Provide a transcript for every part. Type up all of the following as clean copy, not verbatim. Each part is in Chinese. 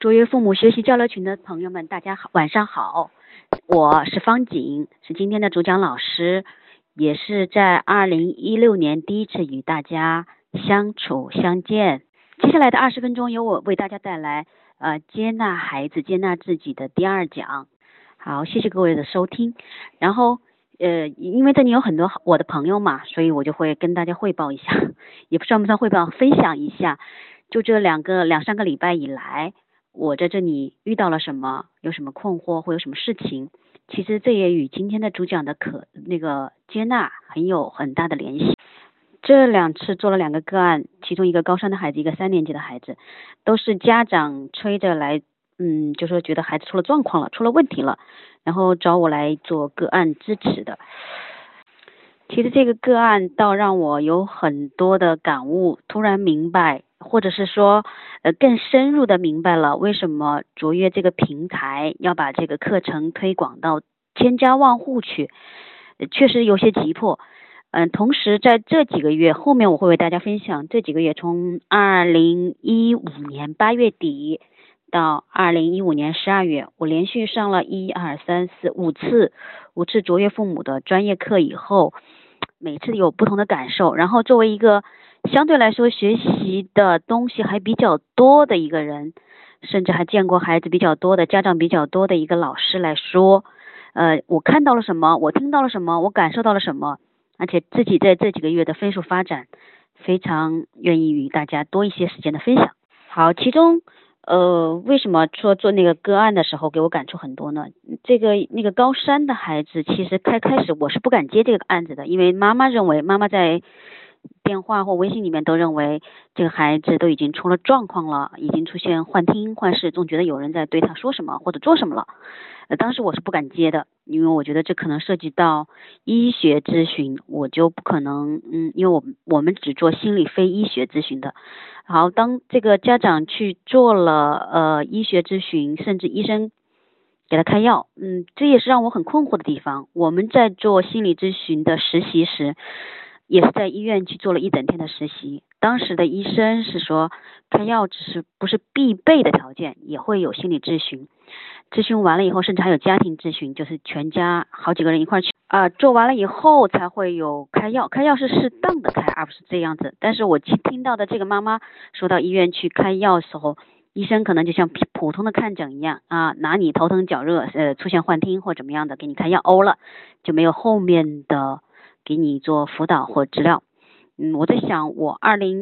卓越父母学习交流群的朋友们，大家好，晚上好，我是方景，是今天的主讲老师，也是在2016年第一次与大家相处相见。接下来的20分钟由我为大家带来接纳孩子、接纳自己的第2讲。好，谢谢各位的收听。然后因为这里有很多我的朋友嘛，所以我就会跟大家汇报一下，也不算汇报，分享一下，就这两三个礼拜以来，我在这里遇到了什么，有什么困惑或有什么事情，其实这也与今天的主讲的接纳很大的联系。这2次做了2个个案，其中一个高3的孩子，一个3年级的孩子，都是家长催着来，就说觉得孩子出了状况了，出了问题了，然后找我来做个案支持的。其实这个个案倒让我有很多的感悟，突然明白，或者是说更深入的明白了为什么卓越这个平台要把这个课程推广到千家万户去，确实有些急迫。同时在这几个月，后面我会为大家分享这几个月，从2015年8月底到2015年12月，我连续上了5次卓越父母的专业课以后，每次有不同的感受。然后作为一个相对来说学习的东西还比较多的一个人，甚至还见过孩子比较多的家长比较多的一个老师来说，我看到了什么，我听到了什么，我感受到了什么，而且自己在这几个月的飞速发展，非常愿意与大家多一些时间的分享。好，其中为什么说做那个个案的时候给我感触很多呢？那个高3的孩子，其实开始我是不敢接这个案子的，因为妈妈在电话或微信里面都认为这个孩子都已经出了状况了，已经出现幻听幻视，总觉得有人在对他说什么或者做什么了。当时我是不敢接的，因为我觉得这可能涉及到医学咨询，我就不可能，因为我们只做心理非医学咨询的。好，当这个家长去做了医学咨询，甚至医生给他开药，这也是让我很困惑的地方。我们在做心理咨询的实习时，也是在医院去做了1整天的实习。当时的医生是说，开药不是必备的条件，也会有心理咨询。咨询完了以后，甚至还有家庭咨询，就是全家好几个人一块去做完了以后才会有开药。开药是适当的开，而不是这样子。但是我听到的这个妈妈说到医院去开药的时候，医生可能就像普通的看诊一样拿你头疼脚热出现幻听或怎么样的给你开药欧了，就没有后面的给你做辅导或治疗。我在想，我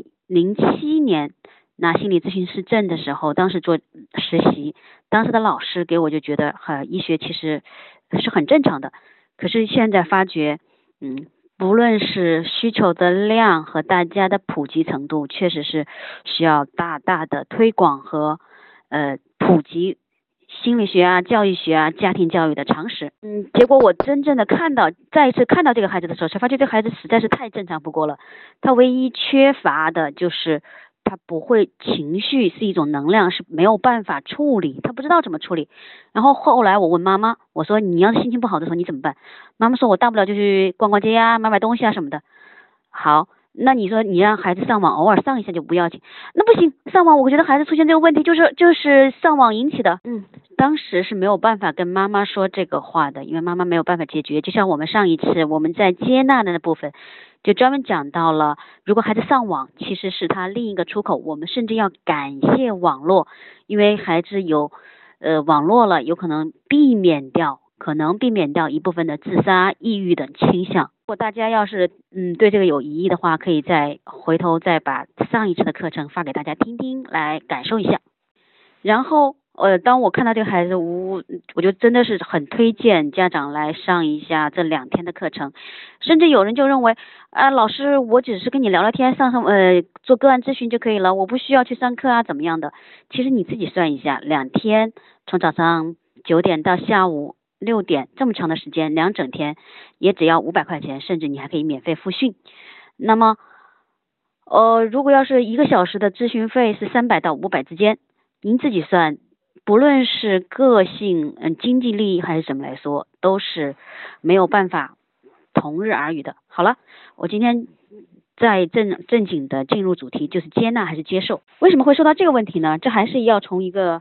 2007年拿心理咨询师证的时候，当时做实习，当时的老师给我就觉得医学其实是很正常的。可是现在发觉不论是需求的量和大家的普及程度，确实是需要大大的推广和普及心理学教育学家庭教育的常识。结果我真正的再一次看到这个孩子的时候，才发觉这个孩子实在是太正常不过了。他唯一缺乏的就是他不会，情绪是一种能量，是没有办法处理，他不知道怎么处理。然后后来我问妈妈，我说你要是心情不好的时候你怎么办？妈妈说我大不了就去逛逛街买东西什么的。好，那你说你让孩子上网偶尔上一下就不要紧，那不行，上网我觉得孩子出现这个问题就是上网引起的。当时是没有办法跟妈妈说这个话的，因为妈妈没有办法解决。就像我们上一次我们在接纳的那部分就专门讲到了，如果孩子上网其实是他另一个出口，我们甚至要感谢网络，因为孩子有网络了，有可能避免掉一部分的自杀抑郁的倾向。如果大家要是对这个有疑义的话，可以回头再把上一次的课程发给大家听听，来感受一下。然后当我看到这个孩子，我就真的是很推荐家长来上一下这2天的课程。甚至有人就认为老师，我只是跟你聊聊天，做个案咨询就可以了，我不需要去上课怎么样的。其实你自己算一下，2天从早上9点到下午6点这么长的时间，2整天也只要500块钱，甚至你还可以免费复训。那么如果要是1个小时的咨询费是300到500之间，您自己算，不论是个性经济利益还是什么来说，都是没有办法同日而语的。好了，我今天在正经的进入主题，就是接纳还是接受。为什么会说到这个问题呢？这还是要从一个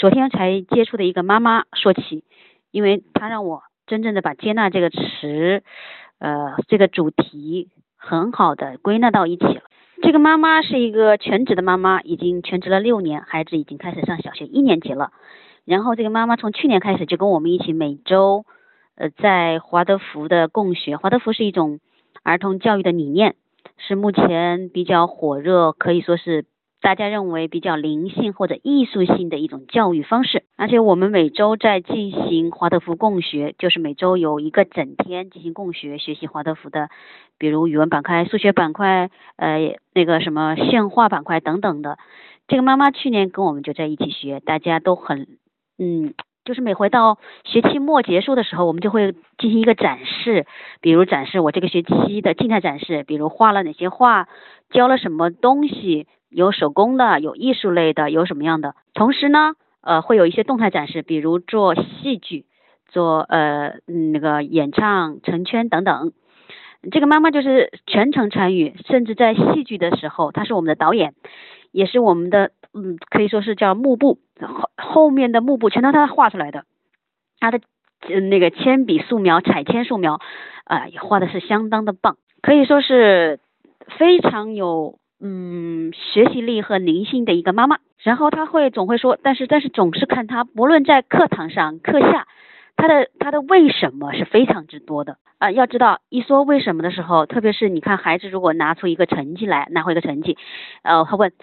昨天才接触的一个妈妈说起，因为她让我真正的把接纳这个词，这个主题很好的归纳到一起了。这个妈妈是一个全职的妈妈，已经全职了6年，孩子已经开始上小学1年级了。然后这个妈妈从去年开始就跟我们一起每周，在华德福的共学。华德福是一种儿童教育的理念，是目前比较火热，可以说是大家认为比较灵性或者艺术性的一种教育方式。而且我们每周在进行华德福共学，就是每周有一个整天进行共学，学习华德福的，比如语文板块、数学板块，那个什么线画板块等等的。这个妈妈去年跟我们就在一起学，大家都很就是每回到学期末结束的时候，我们就会进行一个展示，比如展示我这个学期的静态展示，比如画了哪些画，教了什么东西，有手工的，有艺术类的，有什么样的。同时呢，会有一些动态展示，比如做戏剧，做那个演唱、成圈等等。这个妈妈就是全程参与，甚至在戏剧的时候，她是我们的导演，也是我们的可以说是叫幕布，后面的幕布全都是她画出来的，她的那个铅笔素描、彩铅素描，也画的是相当的棒，可以说是非常有学习力和灵性的一个妈妈。然后她总会说，但是总是看她，不论在课堂上、课下，她的为什么是非常之多的。要知道，一说为什么的时候，特别是你看孩子如果拿出一个成绩来，拿回一个成绩，他问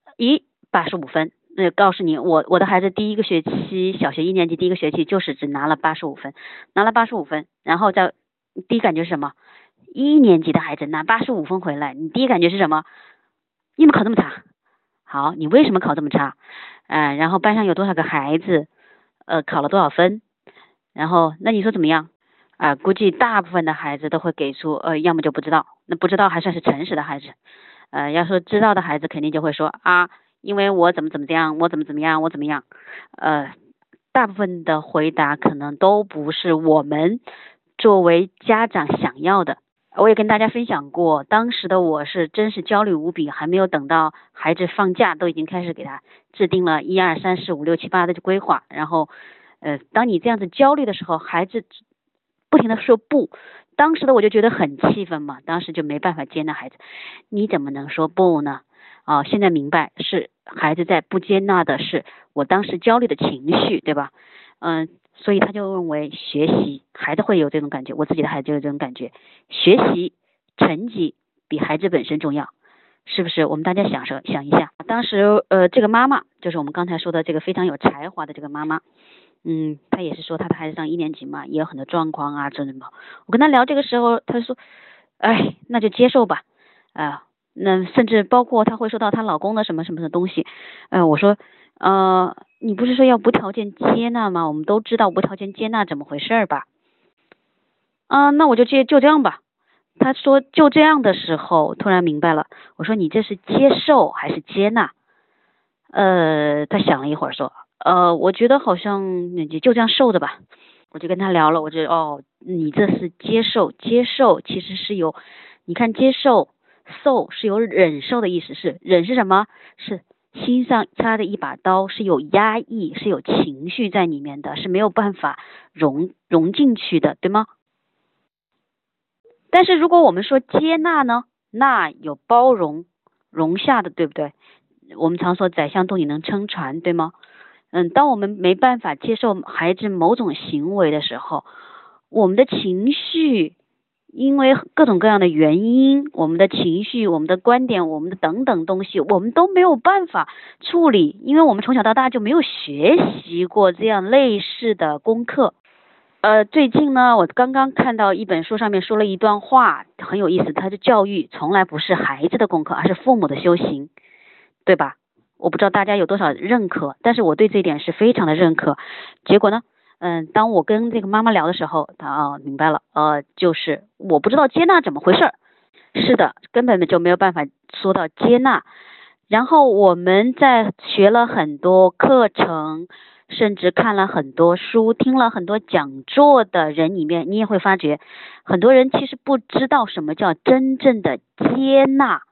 85分，告诉你我的孩子第一个学期小学1年级第一个学期就是只拿了85分，然后第一感觉是什么？1年级的孩子拿85分回来，你第一感觉是什么？你怎么考这么差？好，你为什么考这么差？然后班上有多少个孩子，考了多少分？然后那你说怎么样？估计大部分的孩子都会给出，要么就不知道，那不知道还算是诚实的孩子，要说知道的孩子肯定就会说因为我怎么样，我怎么样，我怎么样，大部分的回答可能都不是我们作为家长想要的。我也跟大家分享过，当时的我真是焦虑无比，还没有等到孩子放假，都已经开始给他制定了1、2、3、4、5、6、7、8的规划。然后，当你这样子焦虑的时候，孩子不停的说不，当时的我就觉得很气愤嘛，当时就没办法接纳孩子，你怎么能说不呢？现在明白是孩子在不接纳的是我当时焦虑的情绪，对吧？所以他就认为学习，孩子会有这种感觉，我自己的孩子就有这种感觉，学习成绩比孩子本身重要，是不是？我们大家想一下，当时这个妈妈就是我们刚才说的这个非常有才华的这个妈妈，她也是说她的孩子上1年级嘛，也有很多状况啊这种的。我跟她聊这个时候，她说，那就接受吧，那甚至包括她会说到她老公的什么什么的东西，我说，你不是说要无条件接纳吗？我们都知道无条件接纳怎么回事吧？那我就这样吧。他说就这样的时候，突然明白了。我说你这是接受还是接纳？他想了一会儿说，我觉得好像你就这样受着吧。我就跟他聊了，我觉得你这是接受，接受其实是有，你看接受受是有忍受的意思，忍是什么？是心上插的一把刀，是有压抑，是有情绪在里面的，是没有办法融进去的，对吗？但是如果我们说接纳呢，那有包容容下的，对不对？我们常说宰相肚里能撑船，对吗？当我们没办法接受孩子某种行为的时候，我们的情绪因为各种各样的原因，我们的情绪、我们的观点、我们的等等东西，我们都没有办法处理，因为我们从小到大就没有学习过这样类似的功课。最近呢，我刚刚看到一本书上面说了一段话，很有意思。他的教育从来不是孩子的功课，而是父母的修行，对吧？我不知道大家有多少认可，但是我对这一点是非常的认可。结果呢，当我跟这个妈妈聊的时候，她明白了，就是我不知道接纳怎么回事。是的，根本就没有办法说到接纳。然后我们在学了很多课程，甚至看了很多书，听了很多讲座的人里面，你也会发觉，很多人其实不知道什么叫真正的接纳，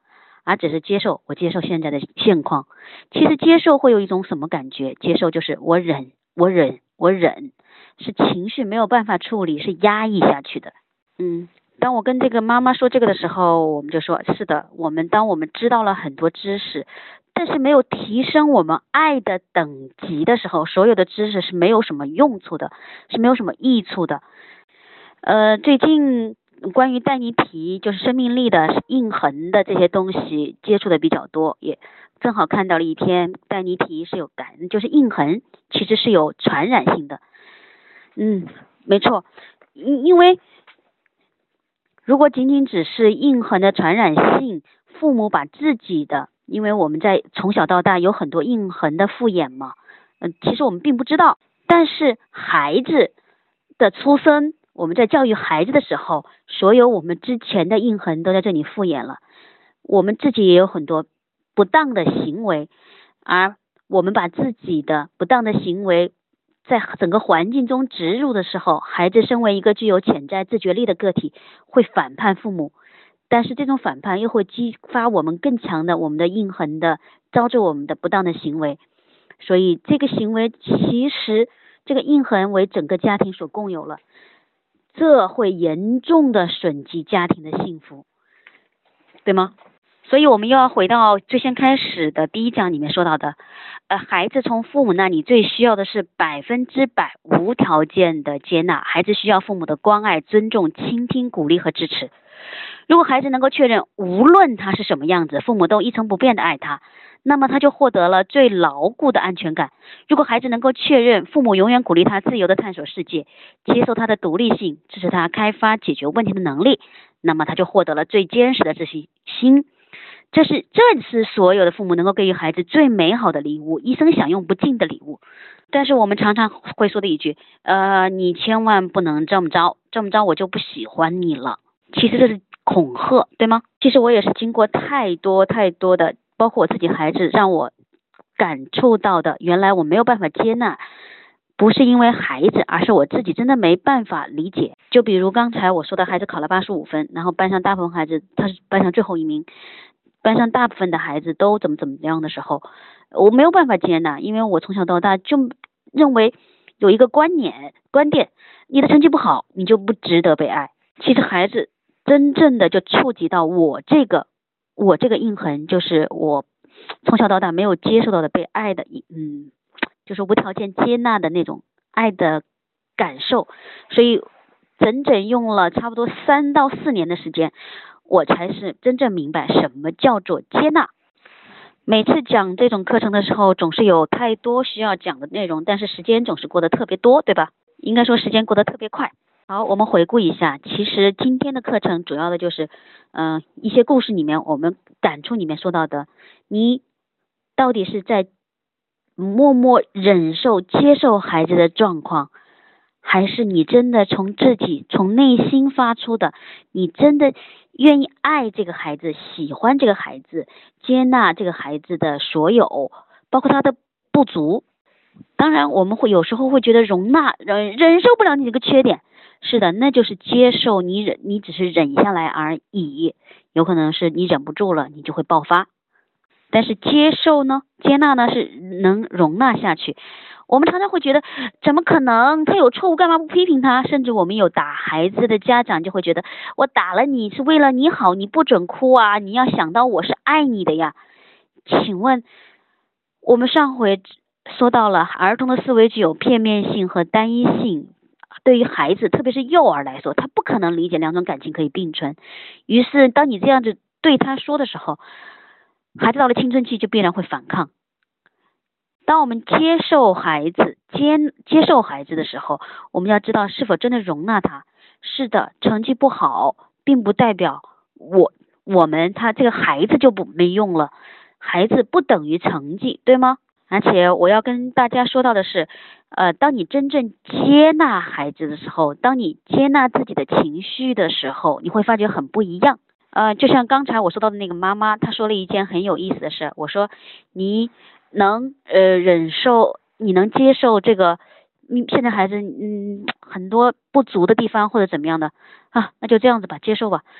而只是接受，我接受现在的现况。其实接受会有一种什么感觉？接受就是我忍，我忍，我忍，是情绪没有办法处理，是压抑下去的。当我跟这个妈妈说这个的时候，我们就说是的，当我们知道了很多知识，但是没有提升我们爱的等级的时候，所有的知识是没有什么用处的，是没有什么益处的。最近关于带尼提就是生命力的印痕的这些东西接触的比较多，也正好看到了一篇带尼提是有就是印痕其实是有传染性的。没错，因为如果仅仅只是印痕的传染性，父母把自己的，因为我们在从小到大有很多印痕的复眼嘛，其实我们并不知道，但是孩子的出生，我们在教育孩子的时候，所有我们之前的印痕都在这里复眼了，我们自己也有很多不当的行为，而我们把自己的不当的行为在整个环境中植入的时候，孩子身为一个具有潜在自觉力的个体，会反叛父母，但是这种反叛又会激发我们更强的我们的印痕的招致我们的不当的行为，所以这个行为其实这个印痕为整个家庭所共有了，这会严重的损及家庭的幸福，对吗？所以我们又要回到最先开始的第一讲里面说到的，孩子从父母那里最需要的是100%无条件的接纳，孩子需要父母的关爱、尊重、倾听、鼓励和支持。如果孩子能够确认无论他是什么样子，父母都一成不变的爱他，那么他就获得了最牢固的安全感。如果孩子能够确认父母永远鼓励他自由的探索世界，接受他的独立性，支持他开发解决问题的能力，那么他就获得了最坚实的自信心。这是所有的父母能够给予孩子最美好的礼物，一生享用不尽的礼物。但是我们常常会说的一句，你千万不能这么着，这么着我就不喜欢你了。其实这是恐吓，对吗？其实我也是经过太多的，包括我自己孩子，让我感触到的，原来我没有办法接纳，不是因为孩子，而是我自己真的没办法理解。就比如刚才我说的孩子考了85分，然后班上大部分孩子，他是班上最后一名，班上大部分的孩子都怎么样的时候，我没有办法接纳，因为我从小到大就认为有一个观点，你的成绩不好，你就不值得被爱。其实孩子真正的就触及到我这个印痕，就是我从小到大没有接受到的被爱的，就是无条件接纳的那种爱的感受，所以整整用了差不多3到4年的时间，我才是真正明白什么叫做接纳。每次讲这种课程的时候，总是有太多需要讲的内容，但是时间总是过得特别多，对吧？应该说时间过得特别快。好，我们回顾一下，其实今天的课程主要的就是一些故事里面我们感触里面说到的，你到底是在默默忍受接受孩子的状况，还是你真的从内心发出的，你真的愿意爱这个孩子，喜欢这个孩子，接纳这个孩子的所有，包括他的不足。当然我们有时候会觉得忍受不了你这个缺点，是的，那就是接受，你只是忍下来而已，有可能是你忍不住了，你就会爆发。但是接纳呢是能容纳下去。我们常常会觉得怎么可能，他有错误干嘛不批评他，甚至我们有打孩子的家长就会觉得，我打了你是为了你好，你不准哭啊，你要想到我是爱你的呀。请问我们上回说到了儿童的思维具有片面性和单一性，对于孩子特别是幼儿来说，他不可能理解2种感情可以并存，于是当你这样子对他说的时候，孩子到了青春期就必然会反抗。当我们接受孩子的时候，我们要知道是否真的容纳他。是的，成绩不好并不代表他这个孩子就没用了，孩子不等于成绩，对吗？而且我要跟大家说到的是，当你真正接纳孩子的时候，当你接纳自己的情绪的时候，你会发觉很不一样。就像刚才我说到的那个妈妈，她说了一件很有意思的事，我说你能忍受，你能接受这个现在孩子很多不足的地方或者怎么样的啊，那就这样子吧，接受吧。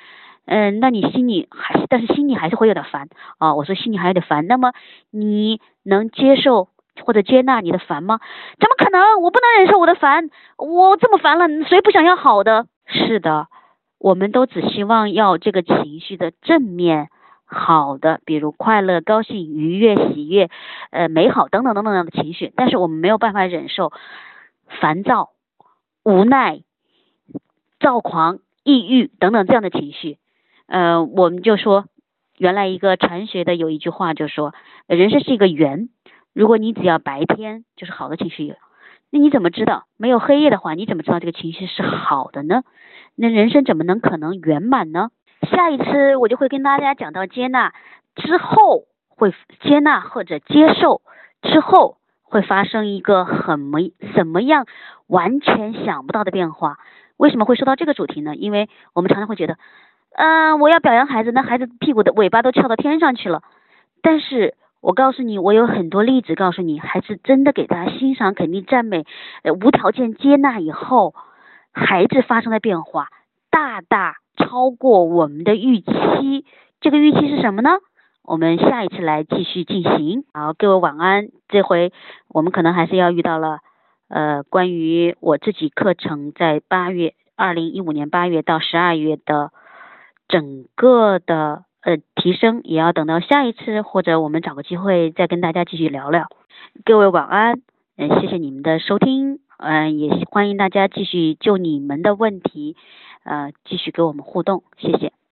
那你心里但是心里还是会有点烦啊。我说心里还有点烦，那么你能接受或者接纳你的烦吗？怎么可能？我不能忍受我的烦，我这么烦了，谁不想要好的？是的，我们都只希望要这个情绪的正面。好的，比如快乐、高兴、愉悦、喜悦，美好等等等等的情绪，但是我们没有办法忍受烦躁、无奈、躁狂、抑郁等等这样的情绪。我们就说，原来一个禅学的有一句话就说，人生是一个圆，如果你只要白天就是好的情绪，那你怎么知道没有黑夜的话，你怎么知道这个情绪是好的呢？那人生怎么能可能圆满呢？下一次我就会跟大家讲到接纳之后会接纳或者接受之后会发生一个什么样完全想不到的变化。为什么会说到这个主题呢？因为我们常常会觉得，我要表扬孩子，那孩子屁股的尾巴都翘到天上去了。但是我告诉你，我有很多例子告诉你，孩子真的给他欣赏、肯定、赞美，无条件接纳以后，孩子发生的变化大大超过我们的预期。这个预期是什么呢？我们下一次来继续进行。好，各位晚安。这回我们可能还是要遇到了关于我自己课程在2015年8月到12月的整个的提升，也要等到下一次，或者我们找个机会再跟大家继续聊聊。各位晚安，谢谢你们的收听，也欢迎大家继续就你们的问题继续跟我们互动，谢谢。